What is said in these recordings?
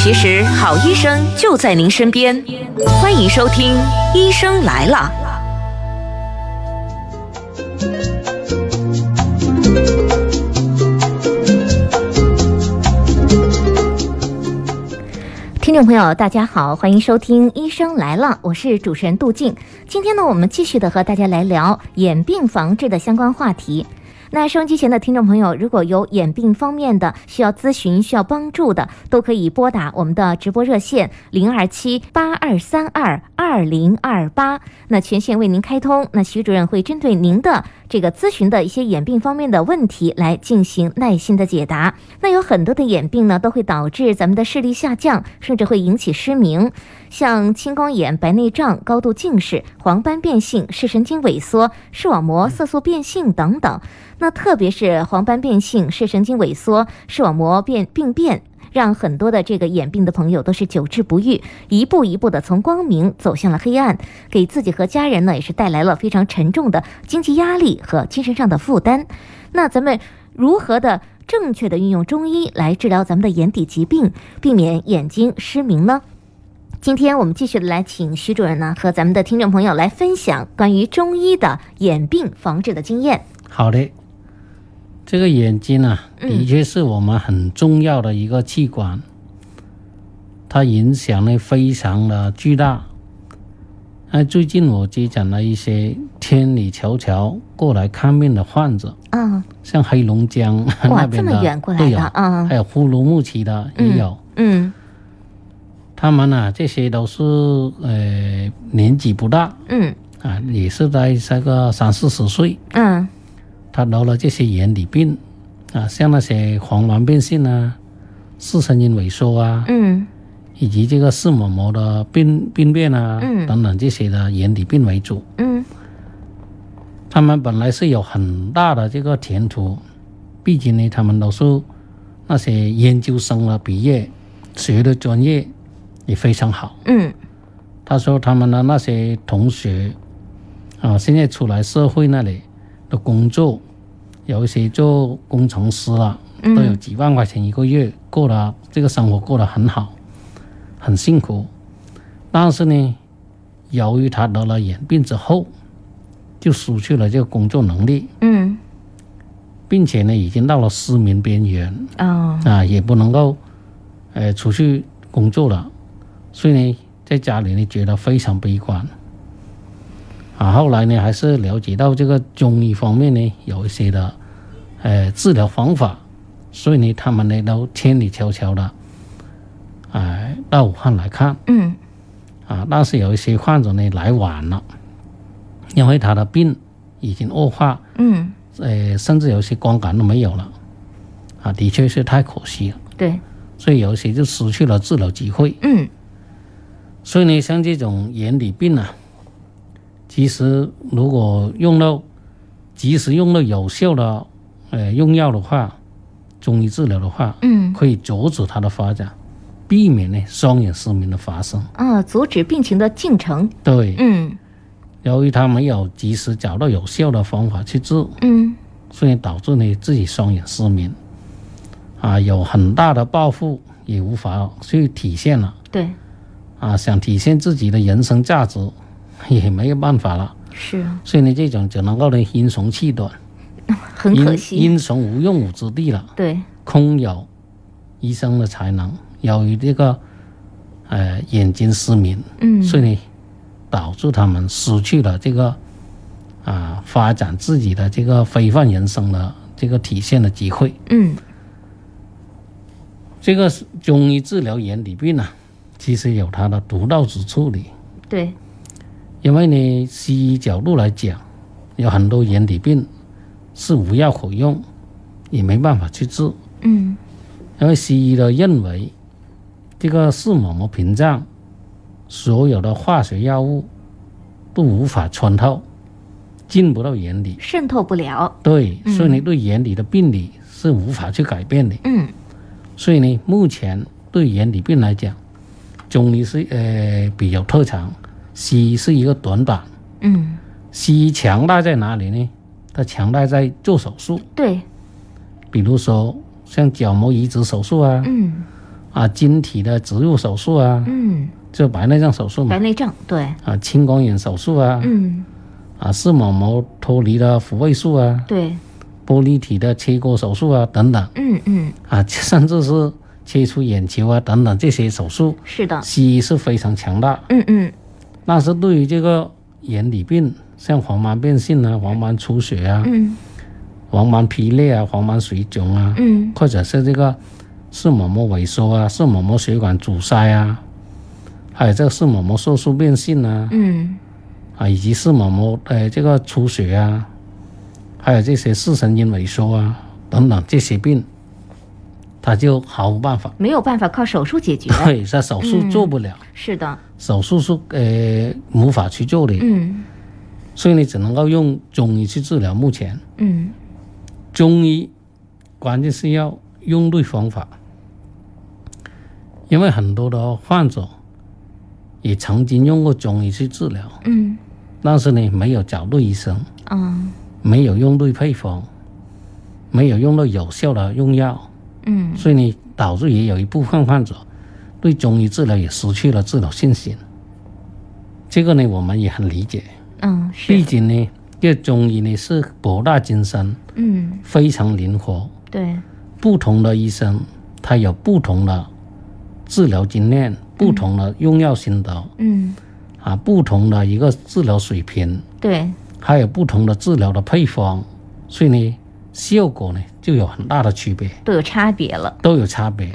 其实好医生就在您身边，欢迎收听《医生来了》。 听众朋友大家好，欢迎收听《医生来了》，我是主持人杜静。今天呢，我们继续的和大家来聊眼病防治的相关话题。那收音机前的听众朋友，如果有眼病方面的需要咨询、需要帮助的，都可以拨打我们的直播热线027-8232-2028，那全线为您开通。那徐主任会针对您的这个咨询的一些眼病方面的问题来进行耐心的解答。那有很多的眼病呢，都会导致咱们的视力下降，甚至会引起失明，像青光眼、白内障、高度近视、黄斑变性、视神经萎缩、视网膜色素变性等等。那特别是黄斑变性、视神经萎缩、视网膜病变，让很多的这个眼病的朋友都是久治不愈，一步一步的从光明走向了黑暗，给自己和家人呢也是带来了非常沉重的经济压力和精神上的负担。那咱们如何的正确的运用中医来治疗咱们的眼底疾病，避免眼睛失明呢？今天我们继续的来请徐主任呢和咱们的听众朋友来分享关于中医的眼病防治的经验。 好的，这个眼睛啊，的确是我们很重要的一个器官，它影响呢非常的巨大。最近我接诊了一些千里迢迢过来看病的患者，像黑龙江那边的， 这么远过来的还有呼卢木齐的也有，他们啊这些都是年纪不大，也是在这个30-40岁，他得了这些眼底病像那些黄斑变性啊、视神经萎缩啊，以及这个视网膜的病变啊，等等这些的眼底病为主。他们本来是有很大的这个前途，毕竟呢，他们都是那些研究生的毕业，学的专业也非常好。他说他们的那些同学现在出来社会那里的工作，有一些做工程师了，都有几万块钱一个月，过了这个生活过得很好，很辛苦。但是呢，由于他得了眼病之后，就失去了这个工作能力，并且呢，已经到了失明边缘，也不能够出去工作了，所以呢，在家里呢觉得非常悲观。后来呢，还是了解到这个中医方面呢有一些的治疗方法，所以呢，他们呢都千里迢迢的到武汉来看。但是有一些患者呢来晚了，因为他的病已经恶化，甚至有些光感都没有了，的确是太可惜了。 对， 所以有些就失去了治疗机会。所以呢，像这种眼底病啊，其实如果及时用到有效的用药的话，中医治疗的话，可以阻止它的发展，避免呢双眼失明的发生。 阻止病情的进程。 对，由于他没有及时找到有效的方法去治，所以导致呢自己双眼失明，有很大的抱负也无法去体现了。 对， 想体现自己的人生价值也没有办法了。 是， 所以呢，这种只能够呢英雄气短， 很可惜， 英雄无用武之地了。 对， 空有医生的才能，由于这个眼睛失明，所以呢，导致他们失去了这个发展自己的这个非凡人生的这个体现的机会。这个中医治疗眼底病其实有它的独到之处的。 对， 因为呢，西医角度来讲，有很多眼底病是无药可用，也没办法去治。因为西医的认为，这个视网膜屏障所有的化学药物都无法穿透，进不到眼底， 渗透不了。对， 所以呢，对眼底的病理是无法去改变的。所以呢，目前对眼底病来讲，中医是比较特长，西医是一个短板。西医强大在哪里呢？它强大在做手术。 对， 比如说像角膜移植手术啊， 晶体的植入手术啊，就白内障手术嘛， 白内障对青光眼手术啊，视网膜脱离的复位术啊， 对， 玻璃体的切割手术啊等等，甚至是切除眼球啊等等这些手术， 是的， 西医是非常强大，但是对于这个眼底病，像黄斑变性啊、黄斑出血啊、黄斑劈裂啊、黄斑水肿啊，或者是这个视网膜萎缩啊、视网膜血管阻塞啊，还有这个视网膜色素变性啊，以及视网膜这个出血啊，还有这些视神经萎缩啊等等这些病，他就毫无办法， 没有办法靠手术解决， 对，他手术做不了， 是的， 手术是无法去做的，所以你只能够用中医去治疗。目前，中医关键是要用对方法，因为很多的患者也曾经用过中医去治疗，但是呢没有找对医生，没有用对配方，没有用到有效的用药，所以呢导致也有一部分患者对中医治疗也失去了治疗信心。这个呢我们也很理解，毕竟呢这中医呢是博大精深，非常灵活， 对， 不同的医生他有不同的治疗经验，不同的用药心得，不同的一个治疗水平， 对， 还有不同的治疗的配方，所以呢效果呢就有很大的区别， 都有差别了， 都有差别。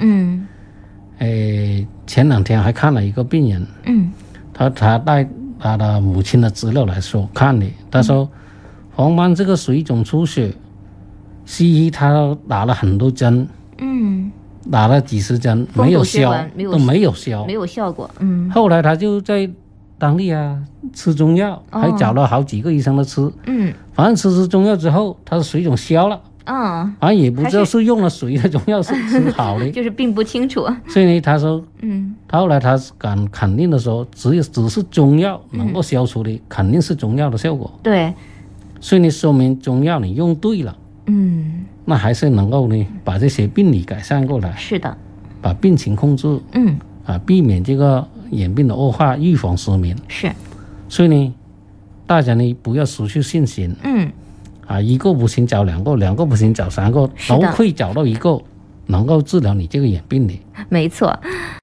前两天还看了一个病人，他带他的母亲的资料来说看的，他说黄斑这个水肿出血，西医他打了很多针，打了几十针没有消，都没有消， 没有效果。 后来他就在当地吃中药，还找了好几个医生的吃，反正吃中药之后他的水肿消了，反正也不知道是用了谁的中药是好的， 就是并不清楚。 所以呢他说，他后来他肯定的说，只是中药能够消除的，肯定是中药的效果。 对， 所以呢说明中药你用对了，那还是能够呢把这些病理改善过来， 是的， 把病情控制，避免这个眼病的恶化，预防失明。 是， 所以呢大家呢不要失去信心，一个不行找两个，两个不行找三个，都会找到一个能够治疗你这个眼病的。 没错。